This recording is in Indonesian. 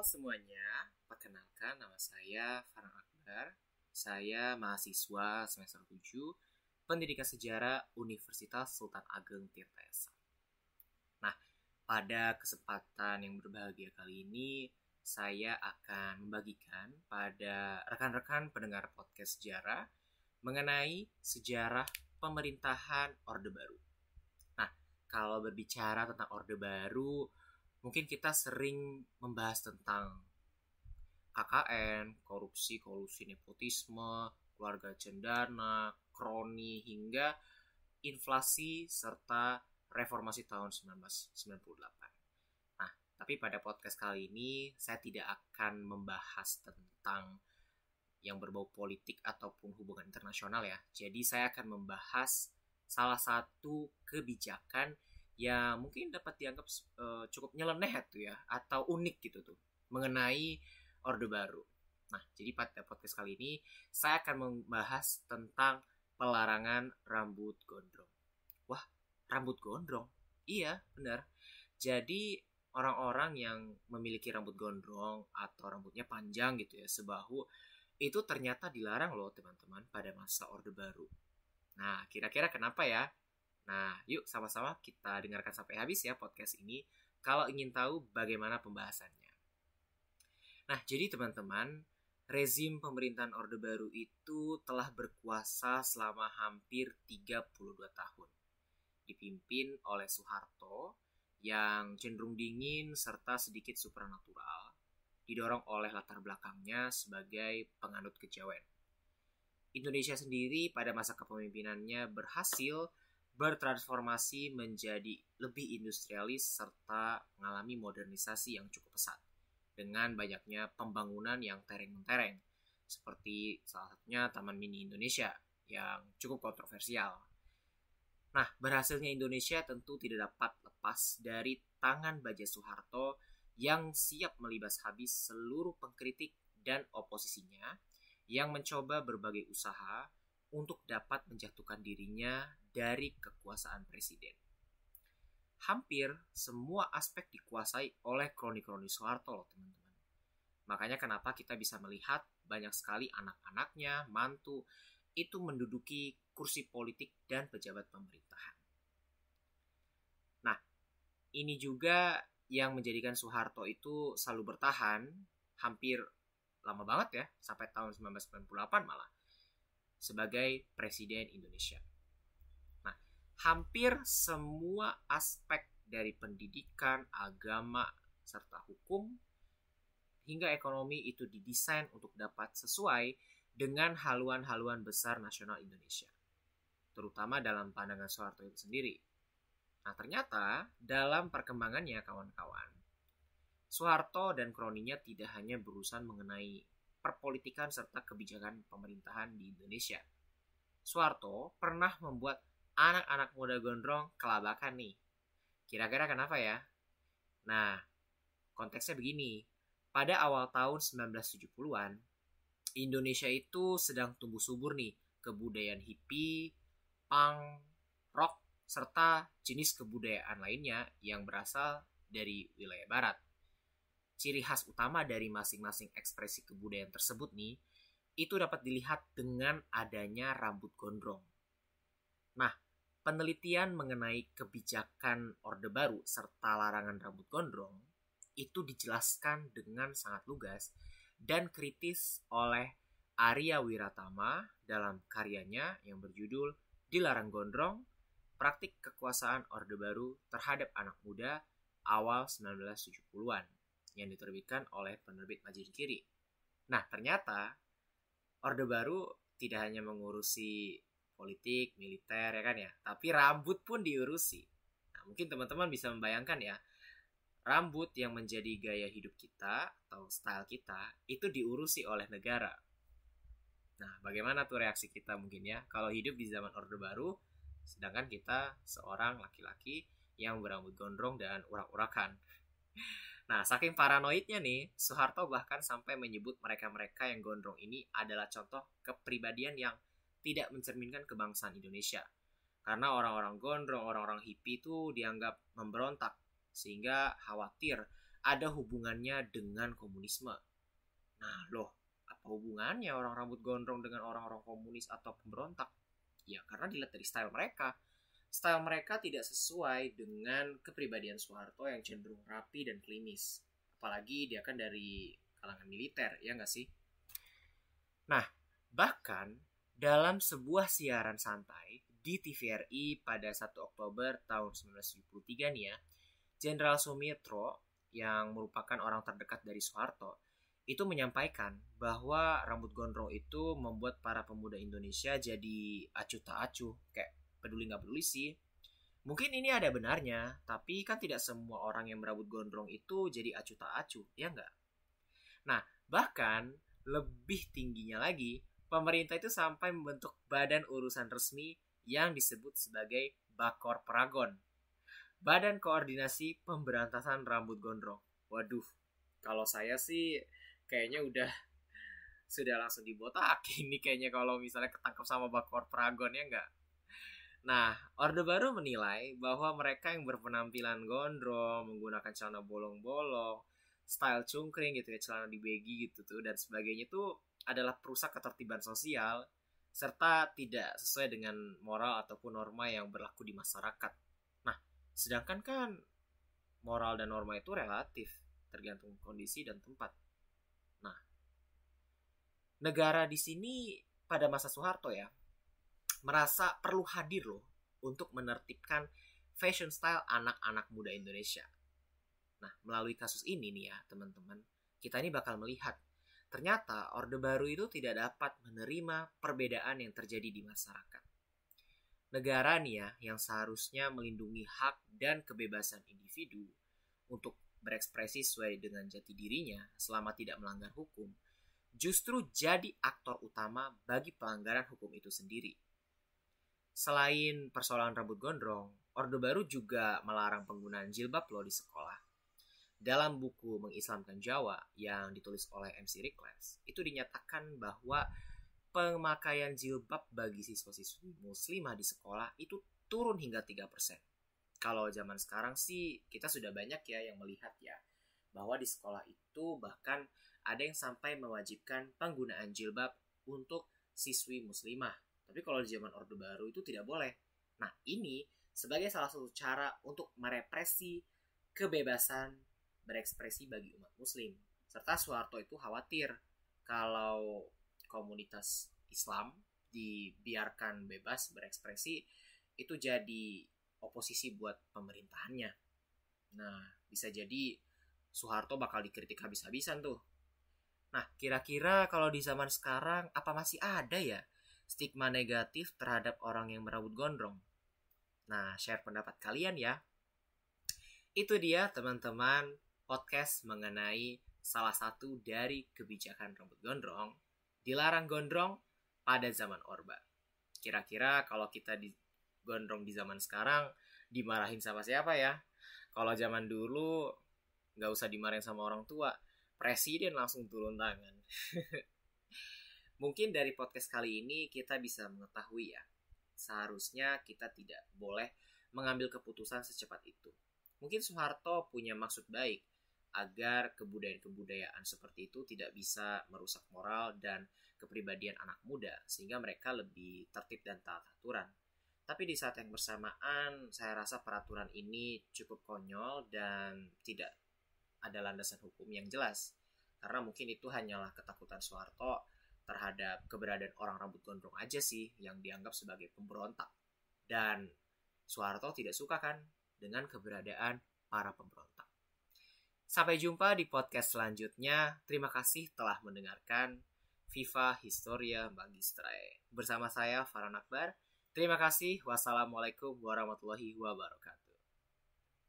semuanya, perkenalkan nama saya Farhan Akbar. Saya mahasiswa semester 7 Pendidikan Sejarah Universitas Sultan Ageng Tirtaesa. Nah, pada kesempatan yang berbahagia kali ini, saya akan membagikan pada rekan-rekan pendengar podcast sejarah mengenai sejarah pemerintahan Orde Baru. Nah, kalau berbicara tentang Orde Baru, mungkin kita sering membahas tentang KKN, korupsi, kolusi, nepotisme, keluarga cendana, kroni, hingga inflasi serta reformasi tahun 1998. Nah, tapi pada podcast kali ini saya tidak akan membahas tentang yang berbau politik ataupun hubungan internasional ya. Jadi saya akan membahas salah satu kebijakan yang mungkin dapat dianggap cukup nyeleneh tuh ya, atau unik gitu tuh, mengenai Orde Baru. Nah, jadi pada podcast kali ini saya akan membahas tentang pelarangan rambut gondrong. Wah, rambut gondrong? Iya, benar. Jadi orang-orang yang memiliki rambut gondrong atau rambutnya panjang gitu ya, sebahu, itu ternyata dilarang loh teman-teman pada masa Orde Baru. Nah, kira-kira kenapa ya? Nah, yuk sama-sama kita dengarkan sampai habis ya podcast ini kalau ingin tahu bagaimana pembahasannya. Nah, jadi teman-teman, rezim pemerintahan Orde Baru itu telah berkuasa selama hampir 32 tahun. Dipimpin oleh Soeharto yang cenderung dingin serta sedikit supranatural, didorong oleh latar belakangnya sebagai penganut kejawen. Indonesia sendiri pada masa kepemimpinannya berhasil bertransformasi menjadi lebih industrialis serta mengalami modernisasi yang cukup pesat dengan banyaknya pembangunan yang tereng-mentereng seperti salah satunya Taman Mini Indonesia yang cukup kontroversial. Nah, berhasilnya Indonesia tentu tidak dapat lepas dari tangan Baja Soeharto yang siap melibas habis seluruh pengkritik dan oposisinya yang mencoba berbagai usaha untuk dapat menjatuhkan dirinya dari kekuasaan presiden. Hampir semua aspek dikuasai oleh kroni-kroni Soeharto loh teman-teman. Makanya kenapa kita bisa melihat banyak sekali anak-anaknya, mantu, itu menduduki kursi politik dan pejabat pemerintahan. Nah, ini juga yang menjadikan Soeharto itu selalu bertahan hampir lama banget ya, sampai tahun 1998 malah, sebagai Presiden Indonesia. Nah, hampir semua aspek dari pendidikan, agama, serta hukum, hingga ekonomi itu didesain untuk dapat sesuai dengan haluan-haluan besar nasional Indonesia, terutama dalam pandangan Soeharto itu sendiri. Nah, ternyata dalam perkembangannya kawan-kawan, Soeharto dan kroninya tidak hanya berurusan mengenai perpolitikan serta kebijakan pemerintahan di Indonesia. Soeharto pernah membuat anak-anak muda gondrong kelabakan nih. Kira-kira kenapa ya? Nah, konteksnya begini. Pada awal tahun 1970-an, Indonesia itu sedang tumbuh subur nih kebudayaan hippie, punk, rock, serta jenis kebudayaan lainnya yang berasal dari wilayah barat. Ciri khas utama dari masing-masing ekspresi kebudayaan tersebut nih, itu dapat dilihat dengan adanya rambut gondrong. Nah, penelitian mengenai kebijakan Orde Baru serta larangan rambut gondrong itu dijelaskan dengan sangat lugas dan kritis oleh Arya Wiratama dalam karyanya yang berjudul Dilarang Gondrong, Praktik Kekuasaan Orde Baru Terhadap Anak Muda awal 1970-an yang diterbitkan oleh penerbit Majid Kiri. Nah, ternyata Orde Baru tidak hanya mengurusi politik, militer ya kan ya, tapi rambut pun diurusi. Nah, mungkin teman-teman bisa membayangkan ya, rambut yang menjadi gaya hidup kita atau style kita itu diurusi oleh negara. Nah, bagaimana tuh reaksi kita mungkin ya kalau hidup di zaman Orde Baru, sedangkan kita seorang laki-laki yang berambut gondrong dan urak-urakan. Nah, saking paranoidnya nih, Soeharto bahkan sampai menyebut mereka-mereka yang gondrong ini adalah contoh kepribadian yang tidak mencerminkan kebangsaan Indonesia. Karena orang-orang gondrong, orang-orang hippie itu dianggap memberontak, sehingga khawatir ada hubungannya dengan komunisme. Nah loh, apa hubungannya orang rambut gondrong dengan orang-orang komunis atau pemberontak? Ya karena dilihat dari style mereka. Style mereka tidak sesuai dengan kepribadian Soeharto yang cenderung rapi dan klimis. Apalagi dia kan dari kalangan militer, ya nggak sih? Nah, bahkan dalam sebuah siaran santai di TVRI pada 1 Oktober tahun 1973 nih ya, Jenderal Sumitro yang merupakan orang terdekat dari Soeharto itu menyampaikan bahwa rambut gondrong itu membuat para pemuda Indonesia jadi acuh tak acuh, kayak peduli nggak peduli sih. Mungkin ini ada benarnya, tapi kan tidak semua orang yang berambut gondrong itu jadi acuh tak acuh, ya nggak? Nah, bahkan lebih tingginya lagi, pemerintah itu sampai membentuk badan urusan resmi yang disebut sebagai Bakor Pragon. Badan Koordinasi Pemberantasan Rambut Gondrong. Waduh, kalau saya sih kayaknya sudah langsung dibotak ini kayaknya kalau misalnya ketangkep sama Bakor Pragon, ya enggak? Nah, Orde Baru menilai bahwa mereka yang berpenampilan gondrong, menggunakan celana bolong-bolong, style cungkring gitu ya, celana di baggy gitu tuh dan sebagainya itu adalah perusak ketertiban sosial serta tidak sesuai dengan moral ataupun norma yang berlaku di masyarakat. Nah, sedangkan kan moral dan norma itu relatif, tergantung kondisi dan tempat. Nah, negara di sini pada masa Soeharto ya merasa perlu hadir loh untuk menertibkan fashion style anak-anak muda Indonesia. Nah, melalui kasus ini nih ya teman-teman, kita ini bakal melihat ternyata Orde Baru itu tidak dapat menerima perbedaan yang terjadi di masyarakat. Negara nih ya yang seharusnya melindungi hak dan kebebasan individu untuk berekspresi sesuai dengan jati dirinya selama tidak melanggar hukum, justru jadi aktor utama bagi pelanggaran hukum itu sendiri. Selain persoalan rambut gondrong, Orde Baru juga melarang penggunaan jilbab loh di sekolah. Dalam buku Mengislamkan Jawa yang ditulis oleh MC Rikles, itu dinyatakan bahwa pemakaian jilbab bagi siswa-siswi muslimah di sekolah itu turun hingga 3%. Kalau zaman sekarang sih kita sudah banyak ya yang melihat ya, bahwa di sekolah itu bahkan ada yang sampai mewajibkan penggunaan jilbab untuk siswi muslimah. Tapi kalau di zaman Orde Baru itu tidak boleh. Nah, ini sebagai salah satu cara untuk merepresi kebebasan berekspresi bagi umat muslim. Serta Soeharto itu khawatir kalau komunitas Islam dibiarkan bebas berekspresi itu jadi oposisi buat pemerintahannya. Nah, bisa jadi Soeharto bakal dikritik habis-habisan tuh. Nah, kira-kira kalau di zaman sekarang apa masih ada ya stigma negatif terhadap orang yang berambut gondrong? Nah, share pendapat kalian ya. Itu dia teman-teman podcast mengenai salah satu dari kebijakan rambut gondrong, dilarang gondrong pada zaman Orba. Kira-kira kalau kita gondrong di zaman sekarang dimarahin sama siapa ya? Kalau zaman dulu nggak usah dimarahin sama orang tua, presiden langsung turun tangan. Mungkin dari podcast kali ini kita bisa mengetahui ya, seharusnya kita tidak boleh mengambil keputusan secepat itu. Mungkin Soeharto punya maksud baik agar kebudayaan-kebudayaan seperti itu tidak bisa merusak moral dan kepribadian anak muda sehingga mereka lebih tertib dan taat aturan. Tapi di saat yang bersamaan saya rasa peraturan ini cukup konyol dan tidak ada landasan hukum yang jelas. Karena mungkin itu hanyalah ketakutan Soeharto terhadap keberadaan orang rambut gondrong aja sih yang dianggap sebagai pemberontak. Dan Soeharto tidak suka kan dengan keberadaan para pemberontak. Sampai jumpa di podcast selanjutnya. Terima kasih telah mendengarkan Viva Historia Magistrae. Bersama saya Farhan Akbar. Terima kasih. Wassalamualaikum warahmatullahi wabarakatuh.